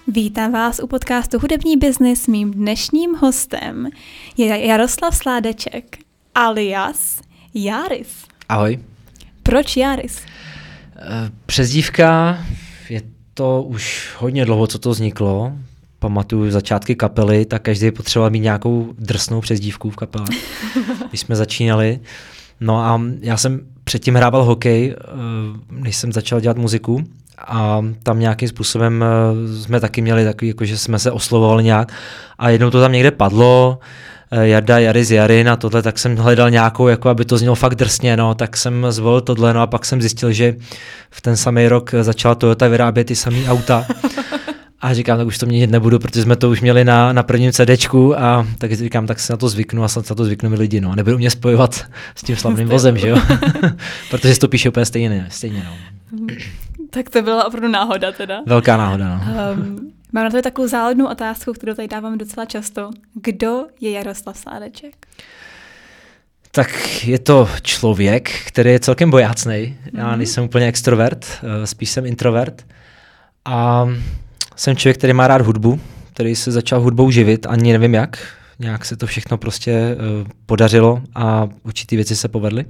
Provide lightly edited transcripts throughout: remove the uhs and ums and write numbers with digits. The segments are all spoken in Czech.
Vítám vás u podcastu Hudební biznis. Mým dnešním hostem je Jaroslav Sládeček, alias Járis. Ahoj. Proč Járis? Přezdívka, je to už hodně dlouho, co to vzniklo. Pamatuju začátky kapely, tak každý potřeboval mít nějakou drsnou přezdívku v kapele, když jsme začínali. No a já jsem předtím hrával hokej, než jsem začal dělat muziku. A tam nějakým způsobem jsme taky měli takový, jako že jsme se oslovovali nějak a jednou to tam někde padlo, Jarda, Jaris, Jarin a tohle, tak jsem hledal nějakou, jako aby to znělo fakt drsně, no, tak jsem zvolil tohle, no a pak jsem zjistil, že v ten samý rok začala Toyota vyrábět ty samý auta a říkám, tak už to měnit nebudu, protože jsme to už měli na prvním CDčku a tak říkám, tak se na to zvyknu a se na to zvyknu mi lidi, no, nebudou mě spojovat s tím slavným vozem, že jo, protože to píše úplně stejně, no. Tak to byla opravdu náhoda teda. Velká náhoda, no. Mám na to takovou zálednou otázku, kterou tady dávám docela často. Kdo je Jaroslav Sládeček? Tak je to člověk, který je celkem bojácnej. Já nejsem úplně extrovert, spíš jsem introvert. A jsem člověk, který má rád hudbu, který se začal hudbou živit, ani nevím jak. Nějak se to všechno prostě podařilo a určitý věci se povedly.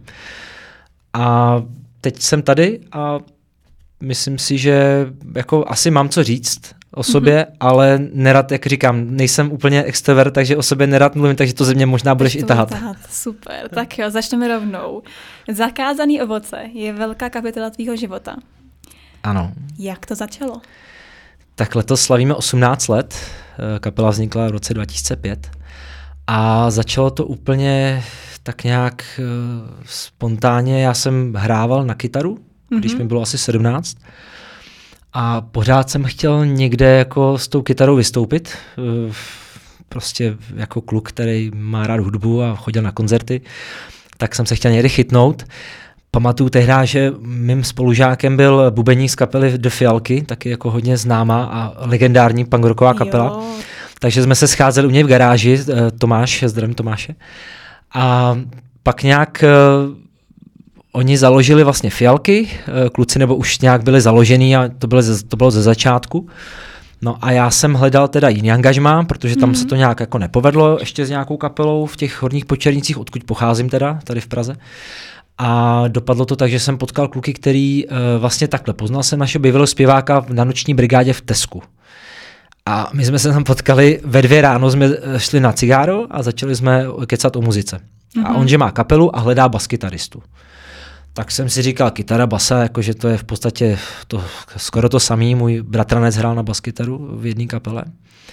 A teď jsem tady a myslím si, že jako asi mám co říct o sobě, ale nerad, jak říkám, nejsem úplně extrovert, takže o sobě nerad mluvím, takže to ze mě možná budeš i tahat. Super, tak jo, začneme rovnou. Zakázaný ovoce je velká kapitola tvýho života. Ano. Jak to začalo? Tak letos slavíme 18 let, kapela vznikla v roce 2005 a začalo to úplně tak nějak spontánně. Já jsem hrával na kytaru, když mi bylo asi 17. A pořád jsem chtěl někde jako s tou kytarou vystoupit. Prostě jako kluk, který má rád hudbu a chodil na koncerty, tak jsem se chtěl někdy chytnout. Pamatuju tehdy, že mým spolužákem byl bubeník z kapely The Fialky, taky jako hodně známá a legendární punkrocková kapela. Jo. Takže jsme se scházeli u něj v garáži, Tomáš, zdravím Tomáše. A pak nějak oni založili vlastně Fialky, kluci nebo už nějak byli založený a to bylo ze začátku. No a já jsem hledal teda jiný angažmá, protože tam se to nějak jako nepovedlo ještě s nějakou kapelou v těch Horních Počernicích, odkud pocházím teda, tady v Praze. A dopadlo to tak, že jsem potkal kluky, který vlastně takhle, poznal jsem našeho bývalého zpěváka na noční brigádě v Tesku. A my jsme se tam potkali, ve 2 ráno jsme šli na cigáro a začali jsme kecat o muzice. A on, že má kapelu a hledá baskytaristu. Tak jsem si říkal, kytara, basa, jakože to je v podstatě skoro to samý. Můj bratranec hrál na baskytaru v jedné kapele.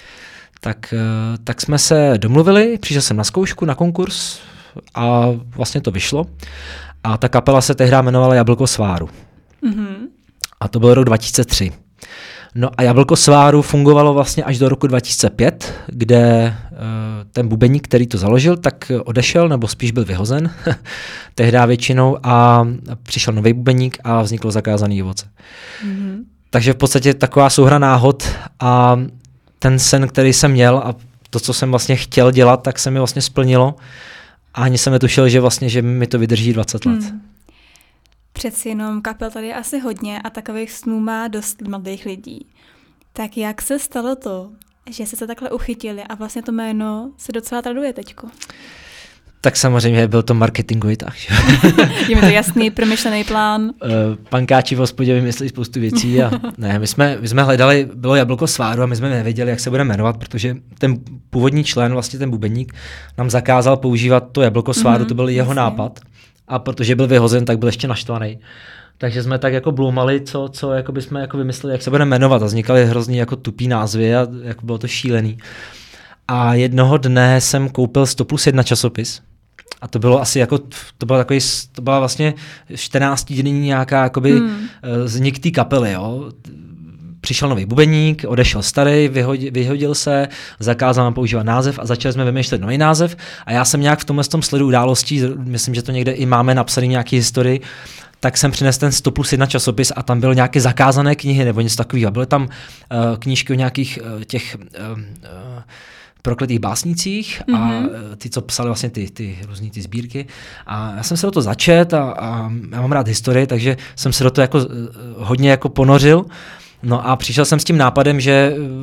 Tak jsme se domluvili, přišel jsem na zkoušku, na konkurs a vlastně to vyšlo. A ta kapela se tehdy jmenovala Jablko sváru. A to byl rok 2003. No a Jablko sváru fungovalo vlastně až do roku 2005, kde ten bubeník, který to založil, tak odešel, nebo spíš byl vyhozen tehdy většinou a přišel nový bubeník a vzniklo Zakázaný ovoce. Takže v podstatě taková souhra náhod a ten sen, který jsem měl a to, co jsem vlastně chtěl dělat, tak se mi vlastně splnilo a ani jsem netušil, že mi to vydrží 20 let. Přeci jenom kapel tady je asi hodně a takových snů má dost mladých lidí. Tak jak se stalo to, že jste se takhle uchytili a vlastně to jméno se docela traduje teďko? Tak samozřejmě byl to marketingový tah. Je mi to jasný, promyšlený plán. Pankáči v hospodě vymysleli spoustu věcí a ne, my jsme hledali, bylo Jablko sváru a my jsme nevěděli, jak se bude jmenovat, protože ten původní člen, vlastně ten bubeník, nám zakázal používat to Jablko sváru, to byl jeho nápad. A protože byl vyhozen, tak byl ještě naštvaný. Takže jsme tak jako blumali, co jako bychom jako vymysleli, jak se bude jmenovat. A vznikaly hrozný jako tupý názvy a jako bylo to šílený. A jednoho dne jsem koupil 100+1 časopis. A to bylo asi jako, to byla vlastně 14denní nějaká jakoby vznik té kapely, jo. Přišel nový bubeník, odešel starý, vyhodil se, zakázal nám používat název a začali jsme vymýšlet nový název a já jsem nějak v tomhle sledu událostí, myslím, že to někde i máme napsaný nějaký historii, tak jsem přinesl ten 100+1 časopis a tam byly nějaké zakázané knihy nebo něco takového. Byly tam knížky o nějakých těch prokletých básnicích a ty, co psali vlastně ty různý ty sbírky. A já jsem se do toho začet a já mám rád historii, takže jsem se do toho jako hodně jako ponořil. No a přišel jsem s tím nápadem, že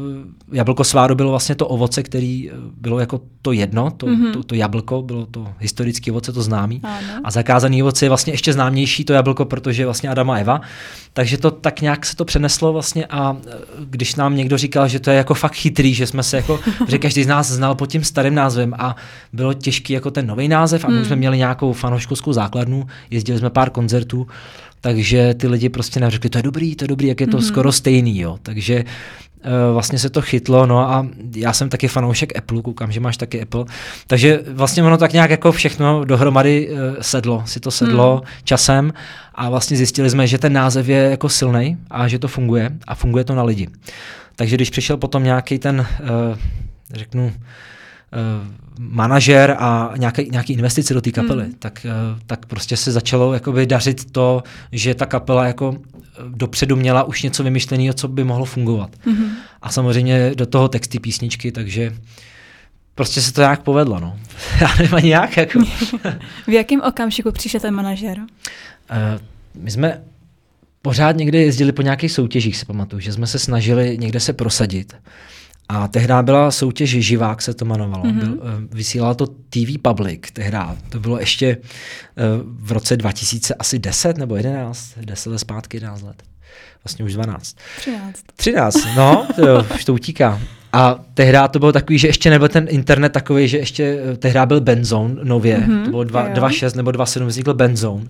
jablko sváru bylo vlastně to ovoce, který bylo jako to jedno, to jablko, bylo to historické ovoce, to známý. Ano. A zakázaný ovoce je vlastně ještě známější to jablko, protože vlastně Adam a Eva. Takže to tak nějak se to přeneslo vlastně a když nám někdo říkal, že to je jako fakt chytrý, že jsme se jako, že každý z nás znal pod tím starým názvem a bylo těžký jako ten nový název a my jsme měli nějakou fanouškovskou základnu, jezdili jsme pár koncertů, takže ty lidi prostě nám řekli, to je dobrý, jak je to skoro stejný, jo. Takže vlastně se to chytlo, no a já jsem taky fanoušek Apple, koukám, že máš taky Apple, takže vlastně ono tak nějak jako všechno dohromady sedlo časem a vlastně zjistili jsme, že ten název je jako silnej a že to funguje a funguje to na lidi. Takže když přišel potom nějaký ten, manažer a nějaký investice do té kapely, tak prostě se začalo jakoby dařit to, že ta kapela jako dopředu měla už něco vymyšleného, co by mohlo fungovat. A samozřejmě do toho texty písničky, takže prostě se to nějak povedlo, no. Já nevím ani jak, jako. V jakém okamžiku přišel ten manažer? My jsme pořád někde jezdili po nějakých soutěžích, si pamatuju, že jsme se snažili někde se prosadit. A tehdy byla soutěž Živák, se to jmenovalo. Vysílala to TV Public tehdy. To bylo ještě v roce 2010 nebo 11, 10 let zpátky, 11 let. Vlastně už 12. 13, no, už to utíká. A tehdy to bylo takový, že ještě nebyl ten internet takový, že ještě tehdy byl Benzone nově. To bylo 2.6 nebo 2.7 vznikl Benzone.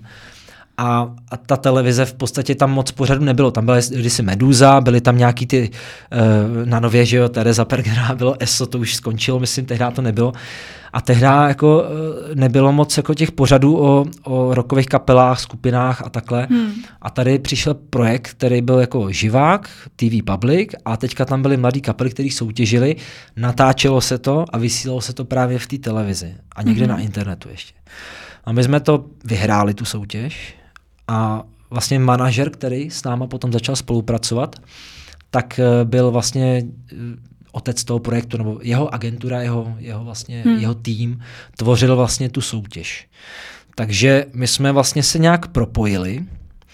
A ta televize v podstatě tam moc pořadu nebylo. Tam byla kdysi Meduza, byly tam nějaký ty na Nově, že jo, Tereza Pergerová, bylo ESO, to už skončilo, myslím, tehdy to nebylo. A tehdy jako nebylo moc jako těch pořadů o rockových kapelách, skupinách a takhle. A tady přišel projekt, který byl jako Živák, TV Public a teďka tam byly mladí kapely, kteří soutěžili, natáčelo se to a vysílalo se to právě v té televizi a někde na internetu ještě. A my jsme to vyhráli, tu soutěž, a vlastně manažer, který s náma potom začal spolupracovat, tak byl vlastně otec toho projektu, nebo jeho agentura, jeho tým tvořil vlastně tu soutěž. Takže my jsme vlastně se nějak propojili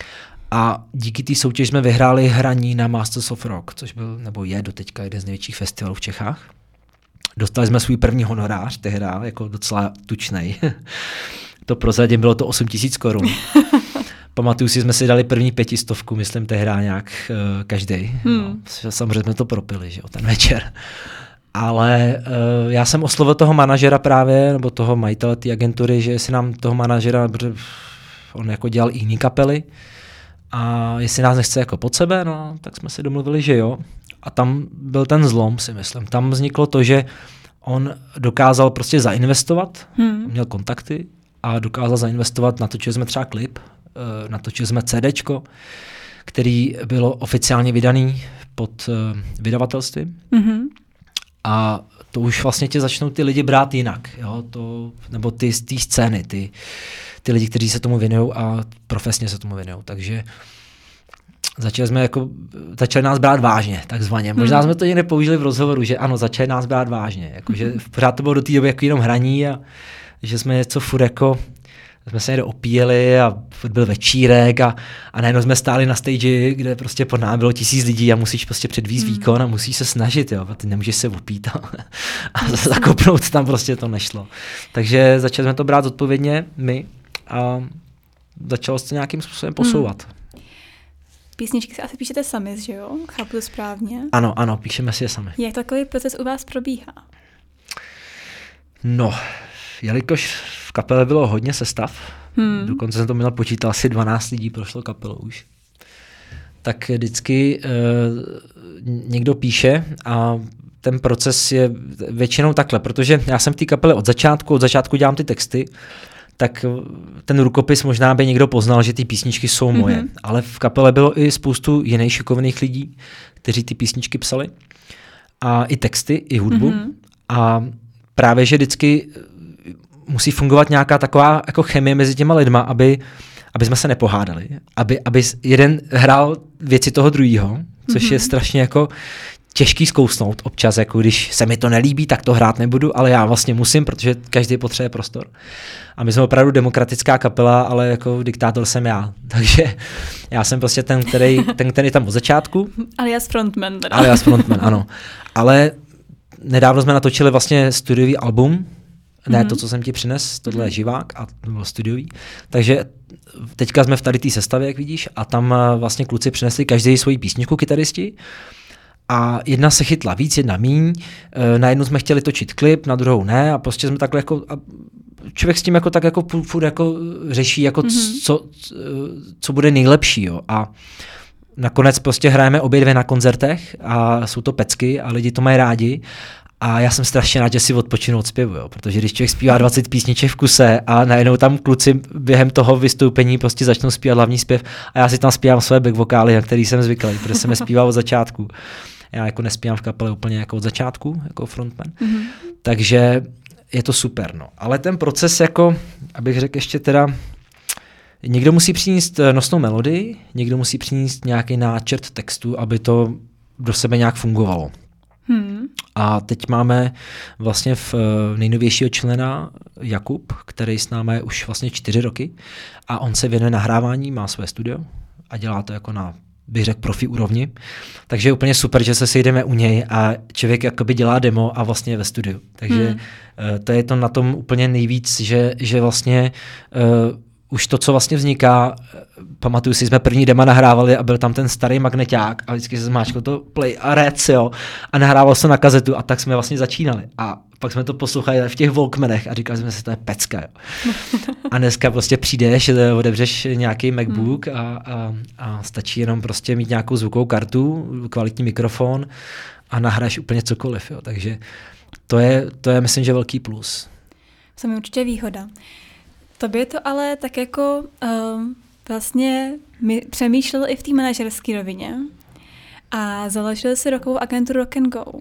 a díky té soutěži jsme vyhráli hraní na Masters of Rock, což byl, nebo je doteďka jeden z největších festivalů v Čechách. Dostali jsme svůj první honorář tehdy, jako docela tučnej. To prozradím, bylo to 8 000 korun. Pamatuju si, jsme si dali první 500, myslím, tehdy nějak každý. No, samozřejmě jsme to propili, že jo, ten večer. Ale já jsem oslovil toho manažera právě, nebo toho majitele té agentury, že jestli nám toho manažera, protože on jako dělal i jiný kapely, a jestli nás nechce jako pod sebe, no, tak jsme si domluvili, že jo. A tam byl ten zlom, si myslím. Tam vzniklo to, že on dokázal prostě zainvestovat, měl kontakty a dokázal zainvestovat, natočili jsme třeba klip, natočili jsme CDčko, který bylo oficiálně vydaný pod vydavatelstvím. A to už vlastně tě začnou ty lidi brát jinak, jo? Nebo ty z té scény, ty lidi, kteří se tomu věnují a profesně se tomu věnují. Takže začali nás brát vážně, takzvaně. Možná jsme to někde použili v rozhovoru, že ano, začali nás brát vážně. Jakože pořád to bylo do té doby jako jenom hraní a že jsme něco furt jako, jsme se někde opíjeli a byl večírek a najednou jsme stáli na stage, kde prostě pod námi bylo 1000 lidí a musíš prostě předvízt výkon a musíš se snažit, jo, ty nemůžeš se opít a zakopnout tam prostě to nešlo. Takže začali jsme to brát zodpovědně my a začalo se to nějakým způsobem posouvat. Písničky si asi píšete sami, že jo? Chápu to správně? Ano, píšeme si je sami. Jak takový proces u vás probíhá? No, jelikož v kapele bylo hodně sestav, dokonce jsem to měl počítat, asi 12 lidí prošlo kapelou už, tak vždycky někdo píše a ten proces je většinou takhle, protože já jsem v té kapele od začátku dělám ty texty, tak ten rukopis možná by někdo poznal, že ty písničky jsou moje, ale v kapele bylo i spoustu jiných šikovných lidí, kteří ty písničky psali a i texty, i hudbu a právě, že vždycky musí fungovat nějaká taková jako chemie mezi těma lidma, aby jsme se nepohádali, aby jeden hrál věci toho druhýho, což je strašně jako těžký zkousnout občas, jako když se mi to nelíbí, tak to hrát nebudu, ale já vlastně musím, protože každý potřebuje prostor. A my jsme opravdu demokratická kapela, ale jako diktátor jsem já. Takže já jsem prostě ten, který tam od začátku. Alias frontman. Teda. Alias frontman, ano. Ale nedávno jsme natočili vlastně studiový album, ne to, co jsem ti přines, tohle je živák a to bylo studiový. Takže teďka jsme v tady té sestavě, jak vidíš, a tam vlastně kluci přinesli každý svoji písničku, kytaristi. A jedna se chytla víc, jedna míň. Na jednu jsme chtěli točit klip, na druhou ne a prostě jsme takhle jako... A člověk s tím jako tak jako furt jako řeší, jako co bude nejlepší. Jo. A nakonec prostě hrajeme obě dvě na koncertech a jsou to pecky a lidi to mají rádi. A já jsem strašně rád, že si odpočinu od zpěvu, jo, protože když člověk zpívá 20 písniček v kuse a najednou tam kluci během toho vystoupení prostě začnou zpívat hlavní zpěv a já si tam zpívám své back vokály, na který jsem zvyklý, protože jsem je zpíval od začátku. Já jako nespívám v kapele úplně jako od začátku, jako frontman. Takže je to super, no. Ale ten proces jako, abych řekl ještě teda, někdo musí přinést nosnou melodii, někdo musí přinést nějaký náčrt textu, aby to do sebe nějak fungovalo. A teď máme vlastně nejnovějšího člena Jakub, který s námi je už vlastně 4 roky a on se věnuje nahrávání, má své studio a dělá to jako na, bych řekl, profi úrovni. Takže je úplně super, že se sejdeme u něj a člověk jakoby dělá demo a vlastně je ve studiu. Takže to je to na tom úplně nejvíc, že vlastně už to, co vlastně vzniká, pamatuju si, jsme první dema nahrávali a byl tam ten starý magneťák a vždycky se zmáčkl to play a rec, jo, a nahrával se na kazetu a tak jsme vlastně začínali. A pak jsme to poslouchali v těch Walkmanech a říkali jsme si, to je pecka, jo. A dneska prostě přijdeš, odebřeš nějaký MacBook a stačí jenom prostě mít nějakou zvukovou kartu, kvalitní mikrofon a nahraješ úplně cokoliv, jo. Takže to je myslím, že velký plus. To je určitě výhoda. Tobě to ale tak jako vlastně přemýšlel i v té manažerské rovině a založil si rokovou agenturu Rock & Go.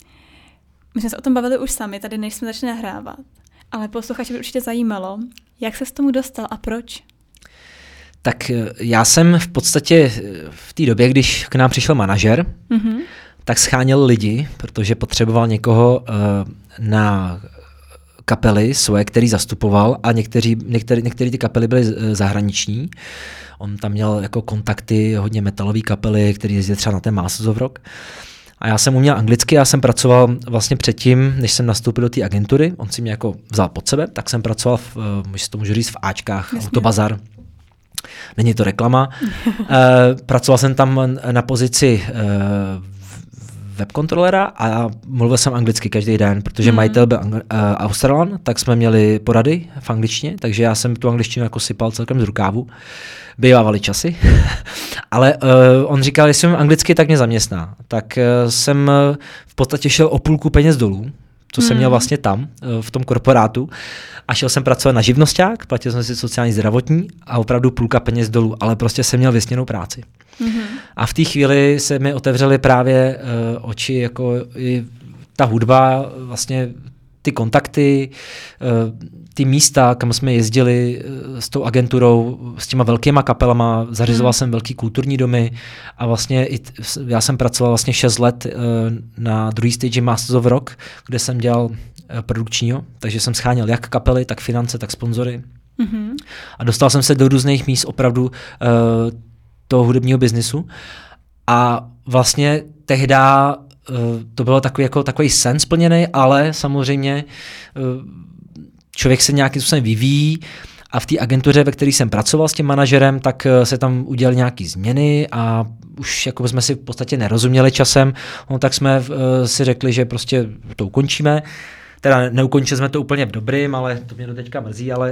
My jsme se o tom bavili už sami, tady než jsme začali nahrávat, ale posluchače by určitě zajímalo, jak se s tomu dostal a proč? Tak já jsem v podstatě v té době, když k nám přišel manažer, tak scháněl lidi, protože potřeboval někoho na kapely svoje, který zastupoval a některé ty kapely byly zahraniční. On tam měl jako kontakty hodně metalové kapely, který jezdí třeba na ten Masters of Rock. A já jsem uměl anglicky, já jsem pracoval vlastně předtím, než jsem nastoupil do té agentury, on si mě jako vzal pod sebe, tak jsem pracoval můžu to říct, v Ačkách, Autobazar. Není to reklama. Pracoval jsem tam na pozici webkontrolera a mluvil jsem anglicky každý den, protože majitel byl Australan, tak jsme měli porady v angličtině, takže já jsem tu angličtinu jako sypal celkem z rukávu. Bývávaly časy, ale on říkal, jestli jsem anglicky, tak mě zaměstná. Tak jsem v podstatě šel o půlku peněz dolů, co jsem měl vlastně tam, v tom korporátu. A šel jsem pracovat na živnosťák, platil jsem si sociální zdravotní a opravdu půlka peněz dolů, ale prostě jsem měl vysněnou práci. A v té chvíli se mi otevřely právě oči, jako i ta hudba, vlastně ty kontakty, ty místa, kam jsme jezdili s tou agenturou, s těma velkýma kapelama, zařizoval jsem velký kulturní domy a vlastně já jsem pracoval vlastně 6 let na druhý stage Masters of Rock, kde jsem dělal produkčního, takže jsem scháněl jak kapely, tak finance, tak sponzory. A dostal jsem se do různých míst opravdu toho hudebního biznisu a vlastně tehda to bylo takový sen splněný, ale samozřejmě člověk se nějakým způsobem vyvíjí a v té agentuře, ve které jsem pracoval s tím manažerem, tak se tam udělaly nějaké změny a už jako jsme si v podstatě nerozuměli časem, no, tak jsme si řekli, že prostě to ukončíme. Teda neukončili jsme to úplně v dobrým, ale to mě do teďka mrzí, ale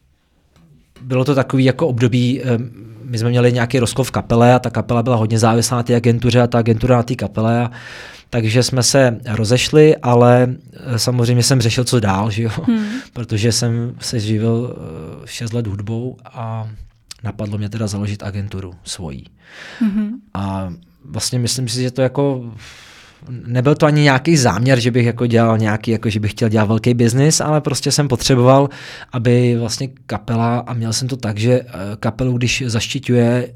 bylo to takový jako období, my jsme měli nějaký rozkol v kapele a ta kapela byla hodně závislá na té agentuře a ta agentura na té kapele, takže jsme se rozešli, ale samozřejmě jsem řešil, co dál, že jo? Protože jsem se živil 6 let hudbou a napadlo mě teda založit agenturu svojí. A vlastně myslím si, že to jako nebyl to ani nějaký záměr, že bych jako dělal nějaký, jako že bych chtěl dělat velký biznis, ale prostě jsem potřeboval, aby vlastně kapela, a měl jsem to tak, že kapelu, když zaštiťuje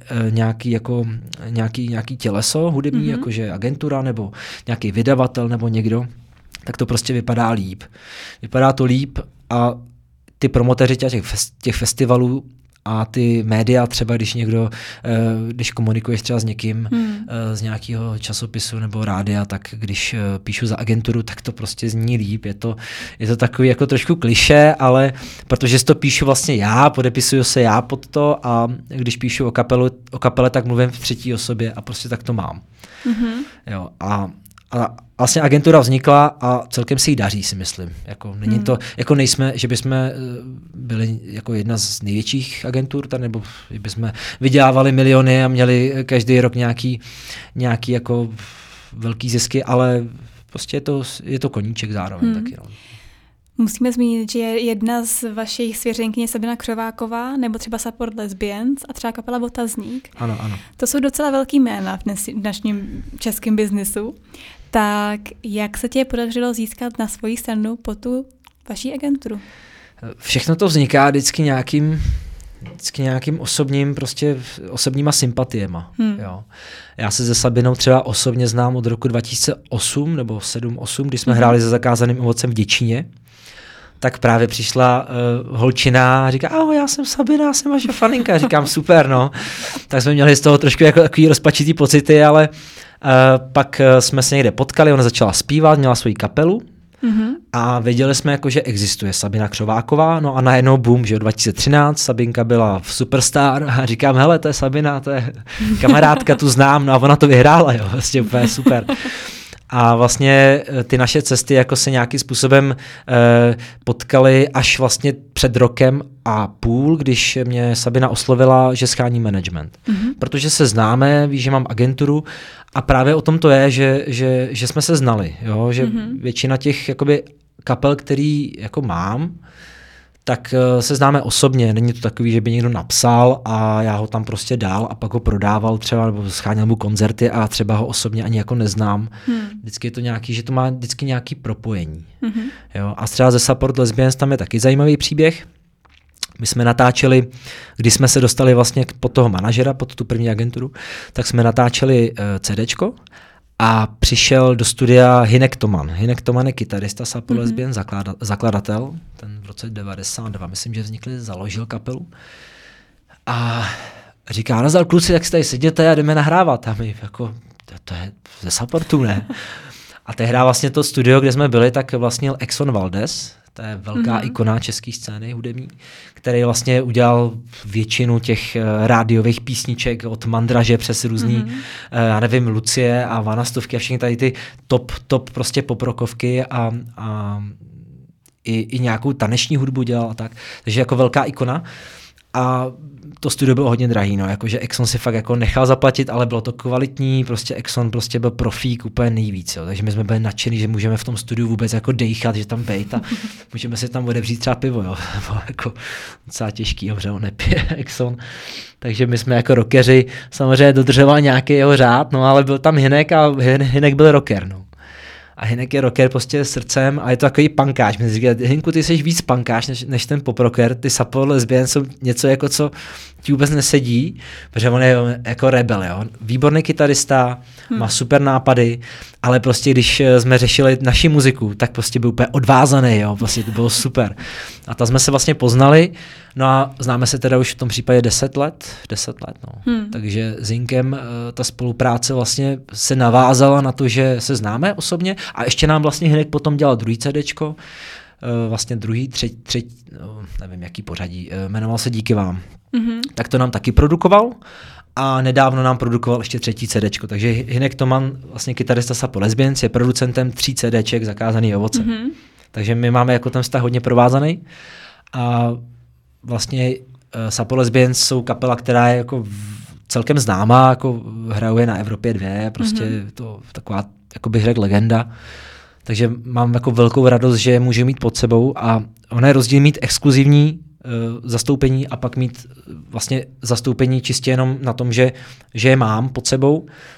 nějaký těleso hudební, jakože agentura nebo nějaký vydavatel nebo někdo, tak to prostě vypadá líp. Vypadá to líp a ty promotéři těch festivalů a ty média třeba, když komunikuješ třeba s někým z nějakého časopisu nebo rádia, tak když píšu za agenturu, tak to prostě zní líp. Je to takový jako trošku klišé, ale protože si to píšu vlastně já, podepisuju se já pod to a když píšu o kapele, tak mluvím v třetí osobě a prostě tak to mám. Jo, a vlastně agentura vznikla a celkem si jí daří, si myslím. Jako není to, jako nejsme, že bychom byli jako jedna z největších agentur, nebo že bychom vydělávali miliony a měli každý rok nějaký jako velký zisky, ale prostě je to koníček zároveň taky. No. Musíme zmínit, že jedna z vašich svěřenkyň je Sabina Křováková, nebo třeba Support Lesbians a třeba kapela Otazník. Ano. To jsou docela velký jména v dnešním českém biznisu. Tak jak se ti podařilo získat na svoji stranu po tu vaší agenturu? Všechno to vzniká vždycky nějakým osobníma sympatiema. Jo. Já se se Sabinou třeba osobně znám od roku 2008 nebo 7-8, kdy jsme hráli se Zakázaným ovocem v Děčíně. Tak právě přišla holčina a říká, ahoj, já jsem Sabina, jsem vaše faninka. Říkám, super, no. Tak jsme měli z toho trošku jako takový rozpačitý pocity, ale pak jsme se někde potkali, ona začala zpívat, měla svoji kapelu a věděli jsme, jako, že existuje Sabina Křováková, no a najednou boom, že 2013, Sabinka byla v Superstar a říkám, hele, to je Sabina, to je kamarádka, tu znám, no a ona to vyhrála, jo, vlastně úplně super. A vlastně ty naše cesty jako se nějakým způsobem potkaly až vlastně před rokem a půl, když mě Sabina oslovila, že schání management. Protože se známe, víš, že mám agenturu a právě o tom to je, že jsme se znali. Jo? Že většina těch jakoby, kapel, který jako mám, tak se známe osobně. Není to takový, že by někdo napsal a já ho tam prostě dal a pak ho prodával třeba, nebo scháněl mu koncerty a třeba ho osobně ani jako neznám. Vždycky je to nějaký, že to má vždycky nějaký propojení. Jo? A třeba ze Support Lesbians tam je taky zajímavý příběh. My jsme natáčeli, když jsme se dostali vlastně pod toho manažera, pod tu první agenturu, tak jsme natáčeli CDčko a přišel do studia Hynek Toman. Hynek Toman je kytarista Support Lesbians, zakladatel, ten v roce 92, myslím, že založil kapelu. A říká, nazdar kluci, jak si tady seděte a jdeme nahrávat. A my jako, to je ze Supportu, ne? A tehdy vlastně to studio, kde jsme byli, tak vlastnil Exxon Valdez, to je velká ikona české scény hudební, který vlastně udělal většinu těch rádiových písniček od Mandraže přes různý, já nevím, Lucie a Vanastovky a všechny tady ty top prostě poprokovky a i nějakou taneční hudbu dělal a tak. Takže jako velká ikona. A to studio bylo hodně drahý, no, jakože Exxon si fakt jako nechal zaplatit, ale bylo to kvalitní, prostě Exxon prostě byl profík úplně nejvíc, jo. Takže my jsme byli nadšení, že můžeme v tom studiu vůbec jako dejchat, že tam bejt a můžeme si tam odebřít třeba pivo, jo. Bylo jako docela těžký, dobře, on nepije Exxon. Takže my jsme jako rockeři samozřejmě dodržovali nějaký jeho řád, no, ale byl tam Hynek a Hynek byl rocker, no. A Hynek je rocker prostě srdcem a je to takový punkáč. My říkáme, Hynku, ty jsi víc punkáč než ten poprocker, ty Support Lesbians jsou něco jako, co ti vůbec nesedí, protože on je jako rebel, jo. Výborný kytarista, má super nápady, ale prostě když jsme řešili naši muziku, tak prostě byl úplně odvázaný, jo, prostě to bylo super. A ta jsme se vlastně poznali, no a známe se teda už v tom případě 10 let, no. Takže s Hynkem ta spolupráce vlastně se navázala na to, že se známe osobně a ještě nám vlastně Hynek potom dělal druhý CDčko, vlastně druhý, třetí, nevím jaký pořadí, jmenoval se Díky vám. Tak to nám taky produkoval a nedávno nám produkoval ještě třetí CDčko, takže Hynek Toman, vlastně kytarista Support Lesbians, je producentem 3 CDček Zakázaný ovoce. Takže my máme jako ten vztah hodně provázaný a vlastně Support Lesbians jsou kapela, která je jako celkem známá, jako hrajuje na Evropě 2, prostě to taková, jako bych řekl, legenda. Takže mám jako velkou radost, že můžu mít pod sebou a ono je rozdíl mít exkluzivní zastoupení a pak mít vlastně zastoupení čistě jenom na tom, že je mám pod sebou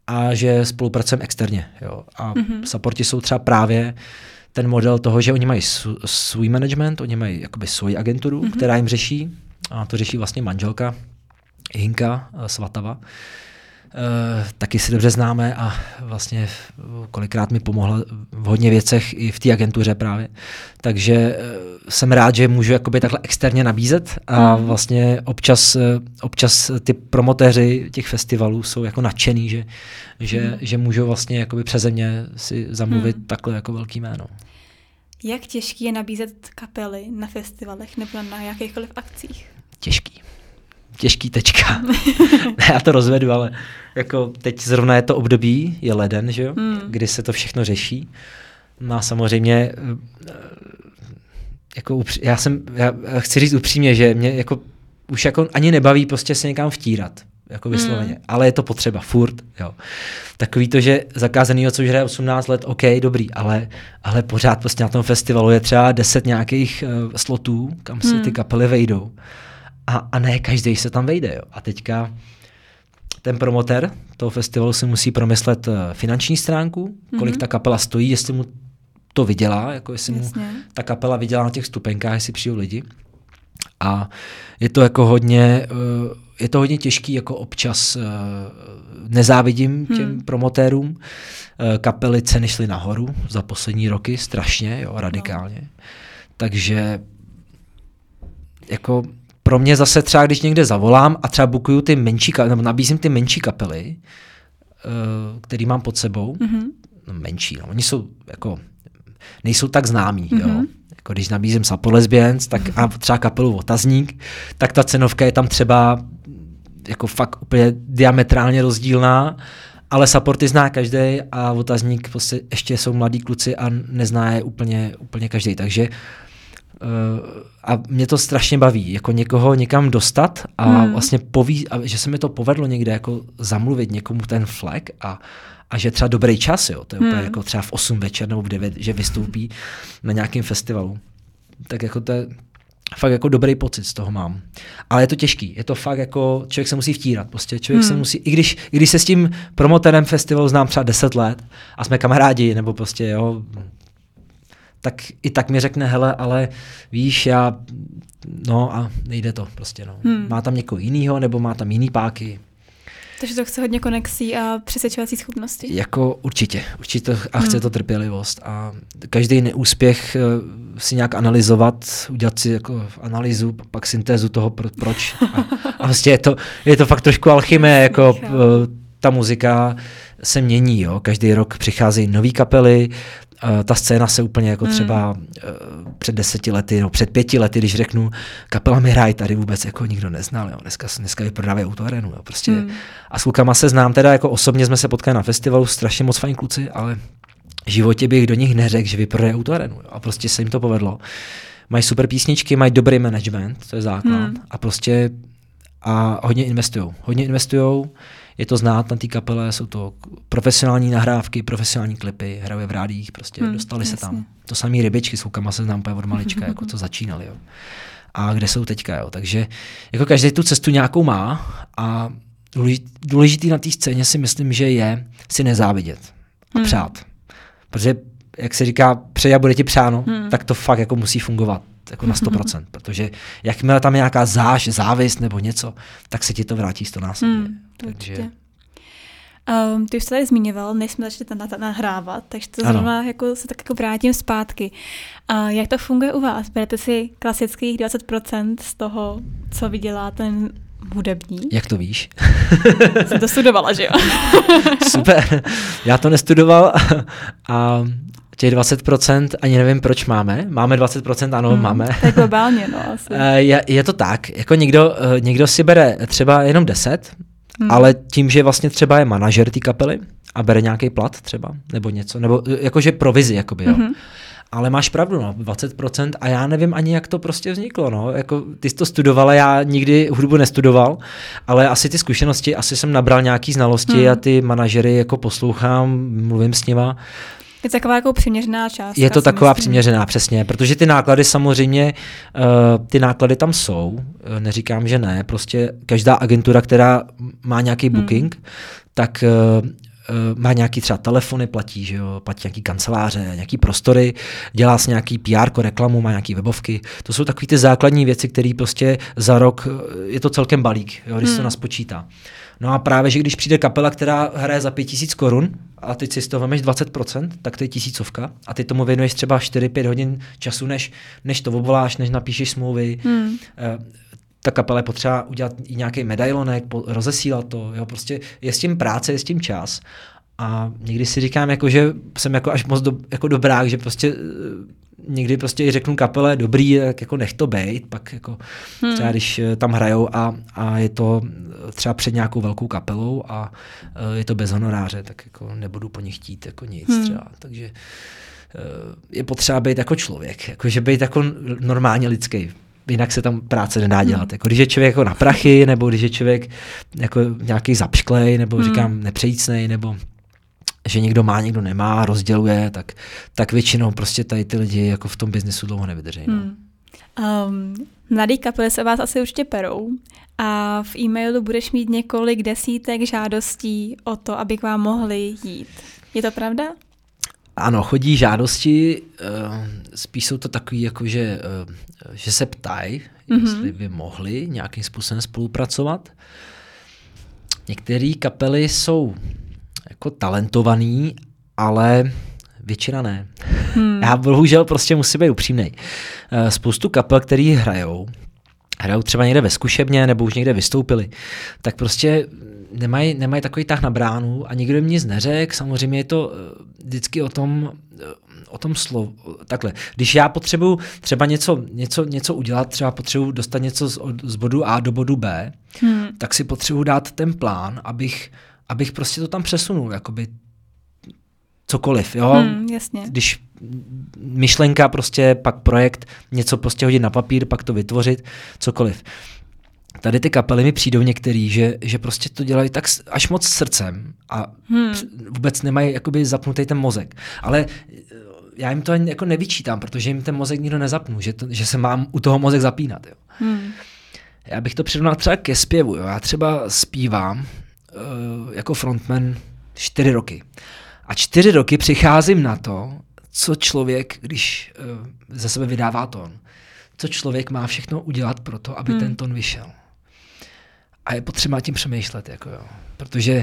a že spolupracujeme externě. Jo. A supporti jsou třeba právě ten model toho, že oni mají svůj management, oni mají jakoby svoji agenturu, která jim řeší, a to řeší vlastně manželka Hinka Svatava. Taky si dobře známe a vlastně kolikrát mi pomohla v hodně věcech i v té agentuře právě. Takže jsem rád, že můžu jakoby takhle externě nabízet a vlastně občas ty promotéři těch festivalů jsou jako nadšený, že můžou vlastně jakoby přeze mě si zamluvit takhle jako velký jméno. Jak těžký je nabízet kapely na festivalech nebo na jakýchkoliv akcích? Těžký tečka. Já to rozvedu, ale jako teď zrovna je to období, je leden, že jo? Kdy se to všechno řeší. No a samozřejmě jako já chci říct upřímně, že mě jako už jako ani nebaví prostě se někam vtírat, jako vysloveně, ale je to potřeba, furt, jo. Takový to, že zakázanýho, co už hraje 18 let, OK, dobrý, ale pořád prostě na tom festivalu je třeba 10 nějakých slotů, kam se ty kapely vejdou. A ne každý se tam vejde. Jo. A teďka ten promotér toho festivalu si musí promyslet finanční stránku, kolik ta kapela stojí, jestli mu to vydělá, jako jestli mu ta kapela vydělá na těch stupenkách, jestli přijdou lidi. A je to jako hodně těžký, jako občas nezávidím těm promotérům. Kapely ceny šly nahoru za poslední roky strašně, jo, radikálně. Takže jako pro mě zase třeba, když někde zavolám a třeba bookuju ty menší nebo nabízím ty menší kapely, který mám pod sebou, menší, no, oni jsou jako, nejsou tak známí, jo. Jako když nabízím Support Lesbians, tak a třeba kapelu Otazník, tak ta cenovka je tam třeba jako fakt úplně diametrálně rozdílná, ale supporty zná každý a Otazník prostě ještě jsou mladí kluci a nezná je úplně každý, takže a mě to strašně baví, jako někoho někam dostat a vlastně že se mi to povedlo někde jako zamluvit někomu ten flag a že třeba dobrý čas, jo, to je úplně jako třeba v 8 večer nebo v 9, že vystoupí na nějakém festivalu. Tak jako to je fakt jako dobrý pocit z toho mám. Ale je to těžký, je to fakt jako, člověk se musí vtírat, prostě člověk se musí, i když se s tím promotérem festivalu znám třeba 10 let a jsme kamarádi, nebo prostě jo, tak i tak mi řekne, hele, ale víš, no a nejde to prostě, no. Má tam někoho jinýho, nebo má tam jiný páky. Takže to chce hodně konexí a přesvědčovací schopnosti. Jako určitě a chce to trpělivost a každý neúspěch si nějak analyzovat, udělat si jako analýzu, pak syntézu toho, proč. A vlastně je to fakt trošku alchymie, jako ta muzika se mění, jo. Každý rok přicházejí nový kapely, ta scéna se úplně jako třeba před 10 lety, no před 5 lety, když řeknu, kapela mi hraje tady vůbec jako nikdo neznal, jo. Dneska vyprodávají Autoarenu, jo. Prostě. A s klukama se znám, teda jako osobně jsme se potkali na festivalu, strašně moc fajn kluci, ale v životě bych do nich neřekl, že vyprodají Autoarenu, jo. A prostě se jim to povedlo. Mají super písničky, mají dobrý management, to je základ a prostě a hodně investujou. Je to znát na té kapele, jsou to profesionální nahrávky, profesionální klipy, hrají v rádiích, prostě dostali se tam. To samý Rybičky, s klukama se znám od malička, jako co začínali, jo. A kde jsou teďka, jo. Takže jako každý tu cestu nějakou má a důležitý na té scéně si myslím, že je si nezávidět a přát. Protože, jak se říká, přeji a bude ti přáno, tak to fakt jako musí fungovat jako na 100%, protože jakmile tam je nějaká závist nebo něco, tak se ti to vrátí 100násobně. Takže ty už jsi tady zmiňoval, než jsme začali nahrávat, takže to zrovna jako se tak jako vrátím zpátky. Jak to funguje u vás? Berete si klasických 20% z toho, co vydělá ten hudebník? Jak to víš? Jsem to studovala, že jo? Super. Já to nestudoval a těch 20% ani nevím, proč máme. Máme 20%, ano, máme. Tak globálně, no asi. Je to tak, jako někdo si bere třeba jenom 10, ale tím, že vlastně třeba je manažer té kapely a bere nějaký plat třeba, nebo něco, nebo jakože provizi, jakoby, jo. Ale máš pravdu, no, 20% a já nevím ani, jak to prostě vzniklo, no, jako ty jsi to studovala, já nikdy hudbu nestudoval, ale asi ty zkušenosti, asi jsem nabral nějaký znalosti a ty manažery jako poslouchám, mluvím s nima. Je to taková jako přiměřená částka. Je to taková přiměřená, přesně, protože ty náklady samozřejmě, ty náklady tam jsou, neříkám, že ne, prostě každá agentura, která má nějaký booking, tak má nějaký třeba telefony, platí, že jo, platí nějaký kanceláře, nějaký prostory, dělá si nějaký PR, reklamu, má nějaký webovky. To jsou takové ty základní věci, které prostě za rok, je to celkem balík, jo, když se to naspočítá. No a právě, že když přijde kapela, která hraje za 5 000 korun a teď si z toho vemeš 20%, tak to je 1000 a ty tomu věnuješ třeba 4-5 hodin času, než to obvoláš, než napíšeš smlouvy. Ta kapela je potřeba udělat i nějaký medailonek, rozesílat to, jo, prostě je s tím práce, je s tím čas. A někdy si říkám, jako, že jsem jako až moc jako dobrák, že prostě někdy prostě řeknu kapele dobrý, tak jako nech to bejt, pak jako třeba když tam hrajou a je to třeba před nějakou velkou kapelou a je to bez honoráře, tak jako nebudu po nich chtít jako nic třeba, takže je potřeba být jako člověk, jakože být jako normálně lidský. Jinak se tam práce nedá dělat. Jako, když je člověk jako na prachy, nebo když je člověk jako nějaký zapšklej, nebo říkám nepřejícnej, nebo že někdo má, někdo nemá, rozděluje, tak většinou prostě tady ty lidi jako v tom biznesu dlouho nevydrží. No. Mladý kapely se vás asi určitě perou a v e-mailu budeš mít několik desítek žádostí o to, aby k vám mohli jít. Je to pravda? Ano, chodí žádosti, spíš jsou to takový, jako že se ptají, jestli by mohli nějakým způsobem spolupracovat. Některé kapely jsou jako talentovaný, ale většina ne. Já bohužel prostě musím být upřímnej. Spoustu kapel, který hrajou třeba někde ve zkušebně nebo už někde vystoupili, tak prostě nemají takový tah na bránu a nikdo jim nic neřekl. Samozřejmě je to vždycky o tom slovu. Takhle, když já potřebuji třeba něco udělat, třeba potřebuji dostat něco z bodu A do bodu B, tak si potřebuji dát ten plán, abych prostě to tam přesunul, jakoby cokoliv, jo? Jasně. Když myšlenka prostě, pak projekt, něco prostě hodit na papír, pak to vytvořit, cokoliv. Tady ty kapely mi přijdou některý, že prostě to dělají tak až moc srdcem a vůbec nemají jakoby zapnutý ten mozek. Ale já jim to ani jako nevyčítám, protože jim ten mozek nikdo nezapnu, že se mám u toho mozek zapínat. Jo. Já bych to přirovnal třeba ke zpěvu. Jo. Já třeba zpívám jako frontman 4 roky. A 4 roky přicházím na to, co člověk, když ze sebe vydává tón, co člověk má všechno udělat pro to, aby ten tón vyšel. A je potřeba tím přemýšlet. Jako jo. Protože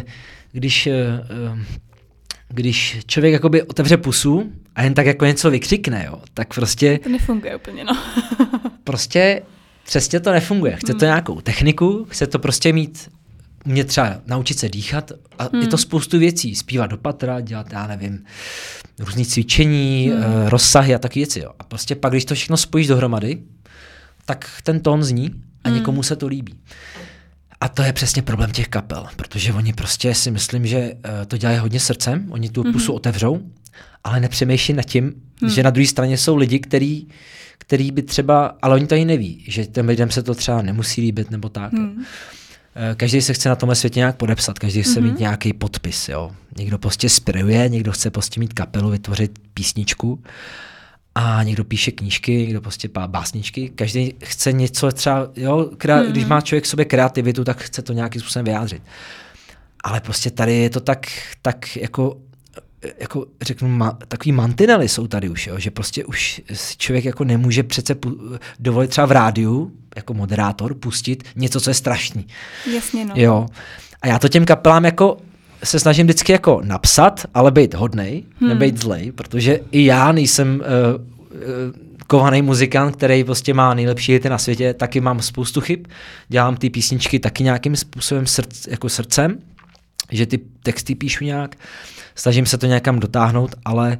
když člověk jakoby otevře pusu a jen tak jako něco vykřikne, jo, tak prostě... To nefunguje úplně, no. Prostě přesně to nefunguje. Chce to nějakou techniku, chce to prostě umět třeba naučit se dýchat a je to spoustu věcí. Zpívat do patra, dělat, já nevím, různý cvičení, rozsahy a taky věci. Jo. A prostě pak, když to všechno spojíš dohromady, tak ten tón zní a někomu se to líbí. A to je přesně problém těch kapel, protože oni prostě si myslím, že to dělají hodně srdcem, oni tu pusu otevřou, ale nepřemýšlí nad tím, že na druhé straně jsou lidi, který by třeba, ale oni to ani neví, že těm lidem se to třeba nemusí líbit nebo tak. Každý se chce na tomhle světě nějak podepsat, každý chce mít nějaký podpis. Jo. Někdo prostě spiruje, někdo chce prostě mít kapelu, vytvořit písničku a někdo píše knížky, někdo prostě básničky. Každý chce něco třeba, jo, když má člověk v sobě kreativitu, tak chce to nějakým způsobem vyjádřit. Ale prostě tady je to tak jako řeknu, takový mantinely jsou tady už, jo, že prostě už člověk jako nemůže přece dovolit třeba v rádiu jako moderátor pustit něco, co je strašný. Jasně, no. Jo. A já to těm kapelám jako se snažím vždycky jako napsat, ale být hodnej, nebejt zlej, protože i já nejsem kovaný muzikant, který prostě má nejlepší hity na světě, taky mám spoustu chyb, dělám ty písničky taky nějakým způsobem jako srdcem, že ty texty píšu nějak, snažím se to nějakam dotáhnout, ale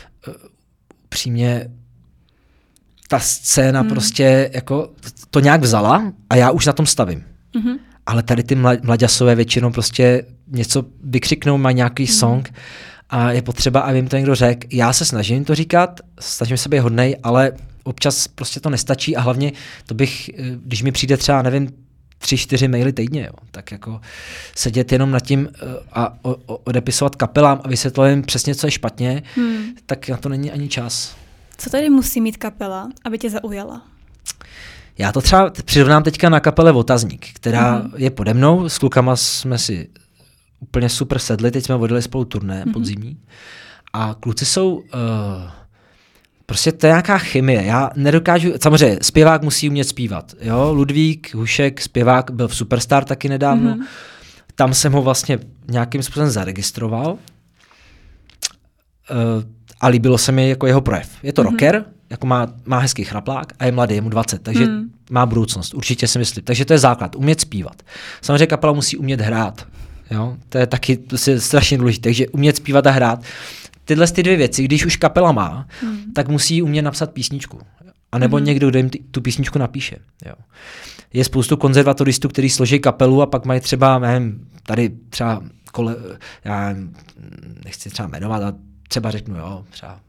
přímě ta scéna prostě jako to nějak vzala a já už na tom stavím. Ale tady ty mlaďasové většinou prostě něco vykřiknou, mají nějaký song a je potřeba, aby jim to někdo řekl. Já se snažím to říkat, snažím se být hodnej, ale občas prostě to nestačí a hlavně to bych, když mi přijde třeba, nevím, 3-4 maily týdně, jo, tak jako sedět jenom nad tím a odepisovat kapelám a vysvětlovat jim přesně, co je špatně, tak na to není ani čas. Co tady musí mít kapela, aby tě zaujala? Já to třeba přirovnám teďka na kapele Otazník, která je pode mnou, s klukama jsme si úplně super sedli, teď jsme vodili spolu turné podzimní a kluci jsou, prostě to je nějaká chemie, já nedokážu, samozřejmě zpěvák musí umět zpívat, jo, Ludvík Hušek, zpěvák, byl v Superstar taky nedávno, tam jsem ho vlastně nějakým způsobem zaregistroval a líbilo se mi jako jeho projev. Je to rocker, jako má hezký chraplák a je mladý, je mu 20, takže má budoucnost, určitě si myslím. Takže to je základ, umět zpívat. Samozřejmě kapela musí umět hrát, jo? To je taky strašně důležité, takže umět zpívat a hrát. Tyhle ty dvě věci, když už kapela má, tak musí umět napsat písničku. A nebo někdo, kdo jim tu písničku napíše. Jo. Je spoustu konzervatoristů, kteří složí kapelu a pak mají třeba, nevím, tady třeba, já nechci třeba jmenovat, a třeba řeknu, jo, třeba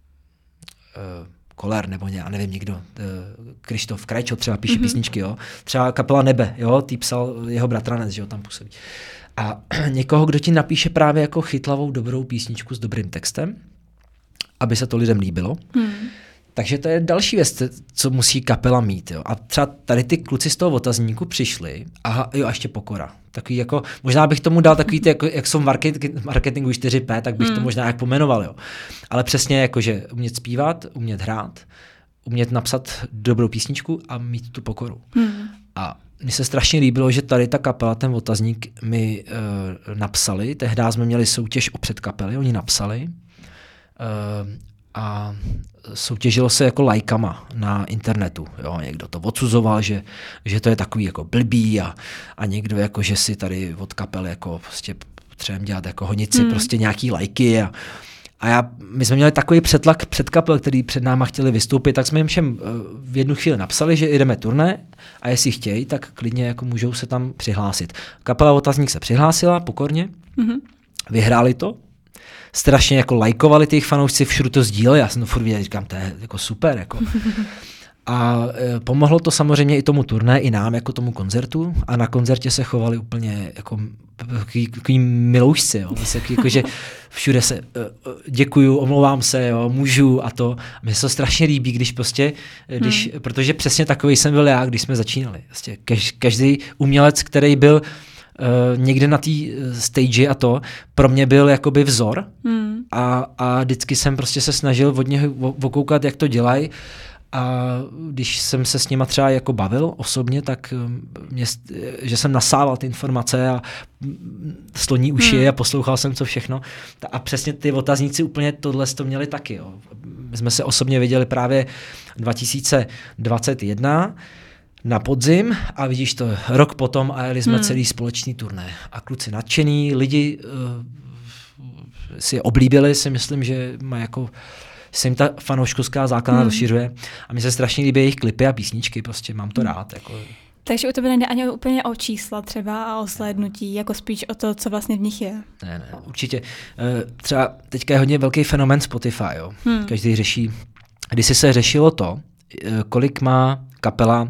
Koller nebo nevím, někdo, Krištof Krajčo třeba píše písničky, jo. Třeba kapela Nebe, jo, tý psal jeho bratranec, že jo, tam působí. A někoho, kdo ti napíše právě jako chytlavou, dobrou písničku s dobrým textem, aby se to lidem líbilo. Takže to je další věc, co musí kapela mít. Jo. A třeba tady ty kluci z toho otazníku přišli a ještě Pokora. Takový jako, možná bych tomu dal takový ty, jako, jak jsou marketingu 4P, tak bych to možná jak pomenoval. Jo. Ale přesně jako, že umět zpívat, umět hrát, umět napsat dobrou písničku a mít tu pokoru. A mně se strašně líbilo, že tady ta kapela, ten otazník mi napsali, tehdy jsme měli soutěž o předkapely, oni napsali a soutěžilo se jako lajkama na internetu. Jo. Někdo to odsuzoval, že to je takový jako blbý a někdo jako, že si tady od kapely jako prostě potřebujeme dělat jako honici prostě nějaký lajky my jsme měli takový přetlak před kapel, který před náma chtěli vystoupit, tak jsme jim všem v jednu chvíli napsali, že jdeme turné a jestli chtějí, tak klidně jako můžou se tam přihlásit. Kapela Otazník se přihlásila pokorně, vyhráli to, strašně jako lajkovali těch fanoušci, všude to sdíleli, já jsem to furt viděl, říkám, to je jako super. Jako. A pomohlo to samozřejmě i tomu turné, i nám jako tomu koncertu a na koncertě se chovali úplně jako takový miloušci, jo. Jako, že všude se děkuju, omlouvám se, jo, můžu a to. Mně se to strašně líbí, když prostě, protože přesně takový jsem byl já, když jsme začínali. Prostě každý umělec, který byl někde na té stage a to, pro mě byl jakoby vzor a vždycky jsem prostě se snažil od něho okoukat, jak to dělají. A když jsem se s nima třeba jako bavil osobně, tak že jsem nasával ty informace a sloní uši a poslouchal jsem co všechno. A přesně ty otazníci úplně tohle to měli taky. Jo. My jsme se osobně viděli právě 2021 na podzim a vidíš to rok potom a jeli jsme celý společný turné. A kluci nadšený, lidi si je oblíbili, si myslím, že má jako se jim ta fanouškovská základna rozšiřuje a mi se strašně líbí jejich klipy a písničky, prostě mám to rád. Jako. Takže u tebe nejde ani úplně o čísla třeba a o slédnutí, jako spíš o to, co vlastně v nich je. Ne, určitě. Třeba teďka je hodně velký fenomén Spotify, jo. Každý řeší, když se řešilo to, kolik má kapela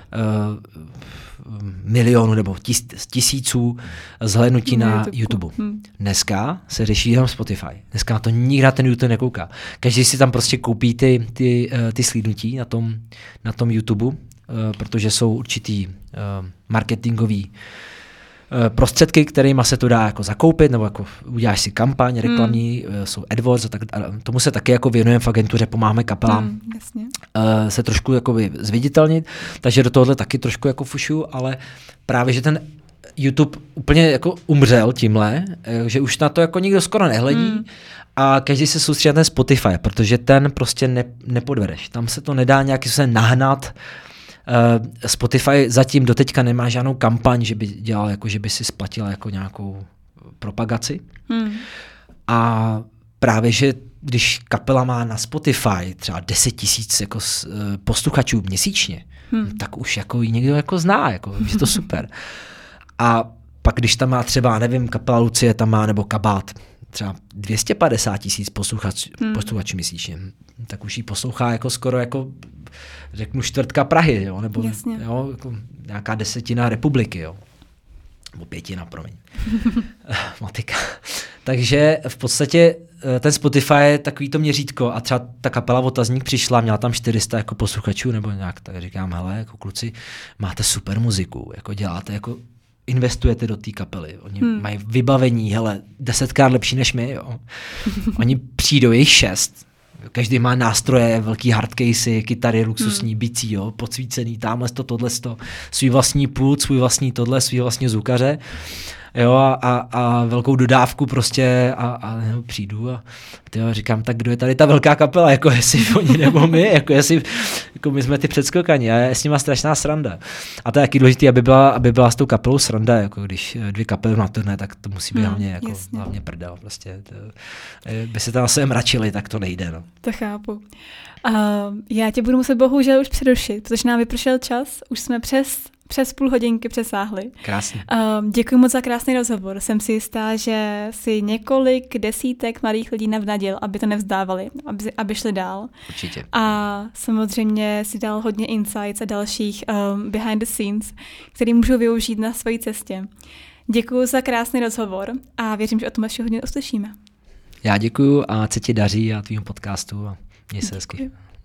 milionů nebo tisíců zhlédnutí na YouTube. Dneska se řeší jenom Spotify. Dneska na to nikdo na ten YouTube nekouká. Každý si tam prostě koupí ty slídnutí na tom YouTube, protože jsou určitý marketingový prostředky, kterými se to dá jako zakoupit, nebo jako uděláš si kampaň reklamní, jsou AdWords a tak, tomu se taky jako věnujeme v agentuře, pomáháme kapelám se trošku jakoby zviditelnit, takže do tohohle taky trošku jako fušu, ale právě, že ten YouTube úplně jako umřel tímhle, že už na to jako nikdo skoro nehledí a každý se soustředí na ten Spotify, protože ten prostě nepodvedeš. Tam se to nedá nějaký se nahnat. Spotify zatím doteďka nemá žádnou kampaň, že by dělal, jako, že by si splatila jako nějakou propagaci. A právě, že když kapela má na Spotify třeba 10 000 jako posluchačů měsíčně, tak už jako ji někdo jako zná, jako, je to super. A pak když tam má třeba, nevím, kapela Lucie tam má, nebo Kabát, třeba 250 000 posluchačů měsíčně, tak už ji poslouchá jako skoro jako řeknu čtvrtka Prahy, jo, nebo jo, jako nějaká 10 republiky, jo. Nebo 5, promiň. Matika. Takže v podstatě ten Spotify je takový to měřítko a třeba ta kapela Otazník přišla, měla tam 400 jako posluchačů nebo nějak, tak říkám, hele, jako kluci, máte super muziku, jako děláte jako investujete do té kapely. Oni mají vybavení, hele, 10krát lepší než my, jo. Oni přijdou, jejich 6. Každý má nástroje, velký hardcasey, kytary, luxusní, bicí, jo, podsvícený, tamhle tohle, svůj vlastní pult, svůj vlastní tohle, svůj vlastní zvukaře. Jo, a velkou dodávku prostě a přijdu a tyjo, říkám, tak kdo je tady ta velká kapela, jako jestli oni nebo my, jako my jsme ty předskokani a je s nima strašná sranda. A to je taky důležité, aby byla s tou kapelou sranda, jako když 2 kapely na turné, tak to musí být hlavně prdel, prostě. By se tam se mračili, tak to nejde, no. To chápu. Já tě budu muset bohužel už přerušit, protože nám vypršel čas, už jsme přes půl hodinky přesáhli. Krásně. Děkuji moc za krásný rozhovor. Jsem si jistá, že si několik desítek mladých lidí navnadil, aby to nevzdávali, aby šli dál. Určitě. A samozřejmě si dal hodně insights a dalších behind the scenes, který můžu využít na své cestě. Děkuji za krásný rozhovor a věřím, že o tom ještě hodně uslyšíme. Já děkuju a ať se ti daří a tvým podcastu a měj se hezky.